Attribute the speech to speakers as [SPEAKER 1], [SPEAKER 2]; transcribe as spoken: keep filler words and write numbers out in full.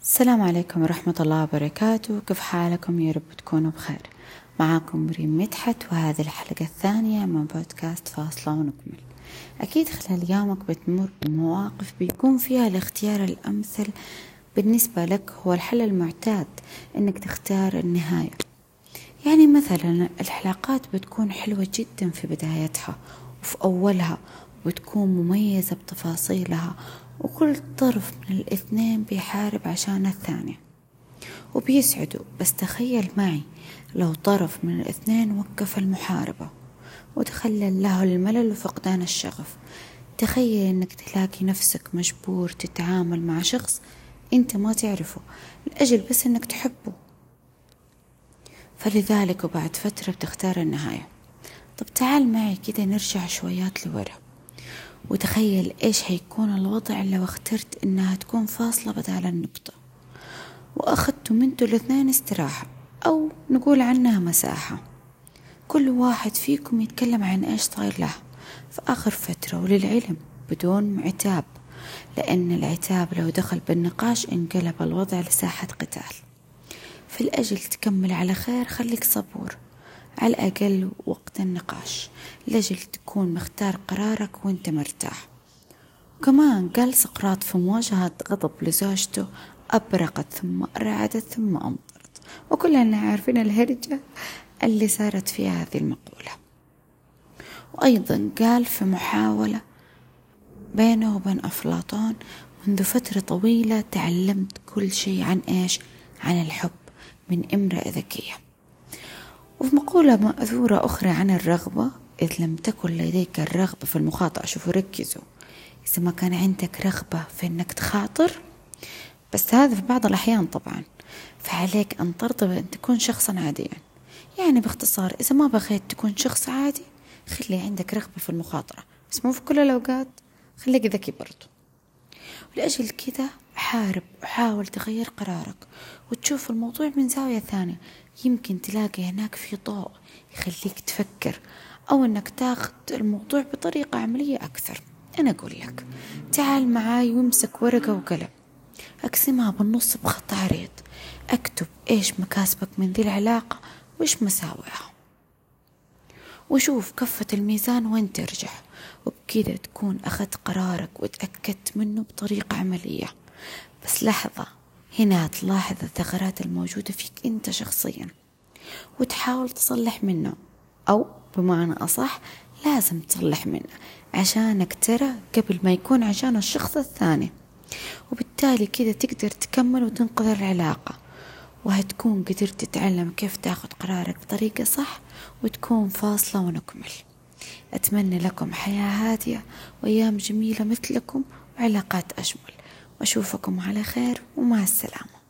[SPEAKER 1] السلام عليكم ورحمة الله وبركاته. كيف حالكم؟ يا رب تكونوا بخير. معاكم مريم مدحت، وهذه الحلقة الثانية من بودكاست فاصلة ونكمل. أكيد خلال يومك بتمر بمواقف بيكون فيها الاختيار الأمثل بالنسبة لك هو الحل المعتاد، إنك تختار النهاية. يعني مثلا الحلقات بتكون حلوة جدا في بدايتها وفي أولها، وبتكون مميزة بتفاصيلها، وكل طرف من الاثنين بيحارب عشان الثاني وبيسعدوا. بس تخيل معي لو طرف من الاثنين وقف المحاربة وتخلل له الملل وفقدان الشغف. تخيل انك تلاقي نفسك مجبور تتعامل مع شخص انت ما تعرفه لأجل بس انك تحبه. فلذلك وبعد فترة بتختار النهاية. طب تعال معي كده نرجع شويات لورا، وتخيل ايش هيكون الوضع لو اخترت انها تكون فاصلة بدل النقطة، واخدتوا منتوا الاثنين استراحة، او نقول عنها مساحة، كل واحد فيكم يتكلم عن ايش صاير له في اخر فترة، وللعلم بدون عتاب، لان العتاب لو دخل بالنقاش انقلب الوضع لساحة قتال. في الأجل تكمل على خير خليك صبور على الأقل وقت النقاش، لأجل تكون مختار قرارك وانت مرتاح. وكمان قال سقراط في مواجهة غضب لزوجته: أبرقت ثم رعدت ثم أمطرت. وكلنا عارفين الهرجة اللي صارت فيها هذه المقولة. وأيضا قال في محاولة بينه وبين أفلاطون: منذ فترة طويلة تعلمت كل شيء عن إيش؟ عن الحب من امرأة ذكية. وفي مقولة مأثورة أخرى عن الرغبة: إذ لم تكن لديك الرغبة في المخاطرة، شوفوا ركزوا، إذا ما كان عندك رغبة في أنك تخاطر، بس هذا في بعض الأحيان طبعا، فعليك أن ترضى بأن تكون شخصا عاديا. يعني باختصار، إذا ما بغيت تكون شخص عادي خلي عندك رغبة في المخاطرة، بس مو في كل الأوقات، خليك ذكي برضو. ولأجل كده حارب وحاول تغير قرارك وتشوف الموضوع من زاوية ثانية. يمكن تلاقي هناك في ضوء يخليك تفكر، أو أنك تاخذ الموضوع بطريقة عملية أكثر. أنا أقول لك تعال معاي وامسك ورقة وقلم، أقسمها بالنص بخط عريض، أكتب إيش مكاسبك من ذي العلاقة وإيش مساوئها، وشوف كفة الميزان وين ترجح. وبكذا تكون أخذت قرارك وتأكدت منه بطريقة عملية. بس لحظة، هنا تلاحظ الثغرات الموجودة فيك أنت شخصيا وتحاول تصلح منه، أو بمعنى أصح لازم تصلح منه عشانك ترى قبل ما يكون عشان الشخص الثاني. وبالتالي كذا تقدر تكمل وتنقذ العلاقة، وهتكون قدرت تتعلم كيف تاخد قرارك بطريقة صح وتكون فاصلة ونكمل. أتمنى لكم حياة هادية وأيام جميلة مثلكم وعلاقات أجمل، وأشوفكم على خير، ومع السلامة.